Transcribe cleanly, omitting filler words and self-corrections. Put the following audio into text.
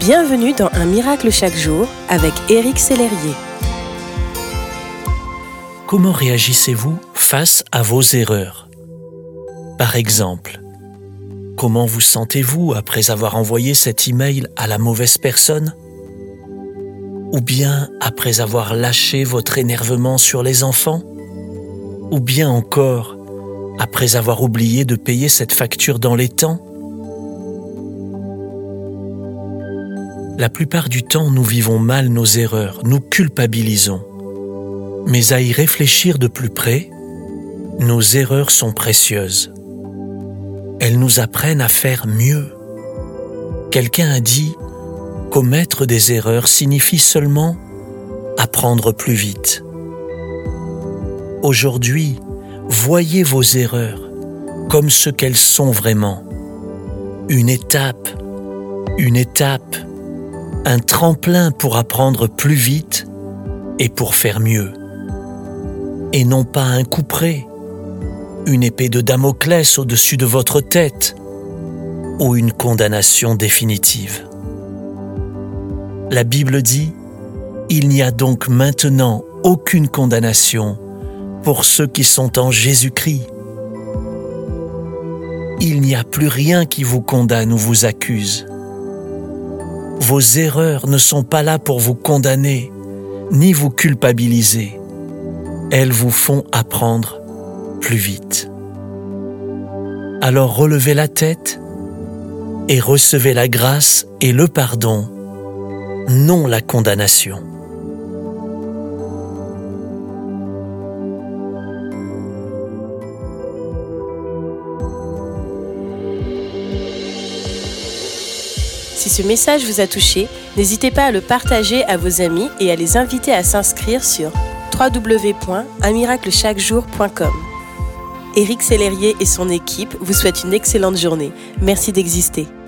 Bienvenue dans Un miracle chaque jour avec Éric Sellerier. Comment réagissez-vous face à vos erreurs? Par exemple, comment vous sentez-vous après avoir envoyé cet email à la mauvaise personne? Ou bien après avoir lâché votre énervement sur les enfants? Ou bien encore après avoir oublié de payer cette facture dans les temps? La plupart du temps, nous vivons mal nos erreurs, nous culpabilisons. Mais à y réfléchir de plus près, nos erreurs sont précieuses. Elles nous apprennent à faire mieux. Quelqu'un a dit « Commettre des erreurs signifie seulement apprendre plus vite ». Aujourd'hui, voyez vos erreurs comme ce qu'elles sont vraiment. Une étape, un tremplin pour apprendre plus vite et pour faire mieux. Et non pas un couperet, une épée de Damoclès au-dessus de votre tête ou une condamnation définitive. La Bible dit « Il n'y a donc maintenant aucune condamnation pour ceux qui sont en Jésus-Christ. Il n'y a plus rien qui vous condamne ou vous accuse. Vos erreurs ne sont pas là pour vous condamner, ni vous culpabiliser. Elles vous font apprendre plus vite. Alors relevez la tête et recevez la grâce et le pardon, non la condamnation. Si ce message vous a touché, n'hésitez pas à le partager à vos amis et à les inviter à s'inscrire sur www.unmiraclechaquejour.com. Éric Sellerier et son équipe vous souhaitent une excellente journée. Merci d'exister.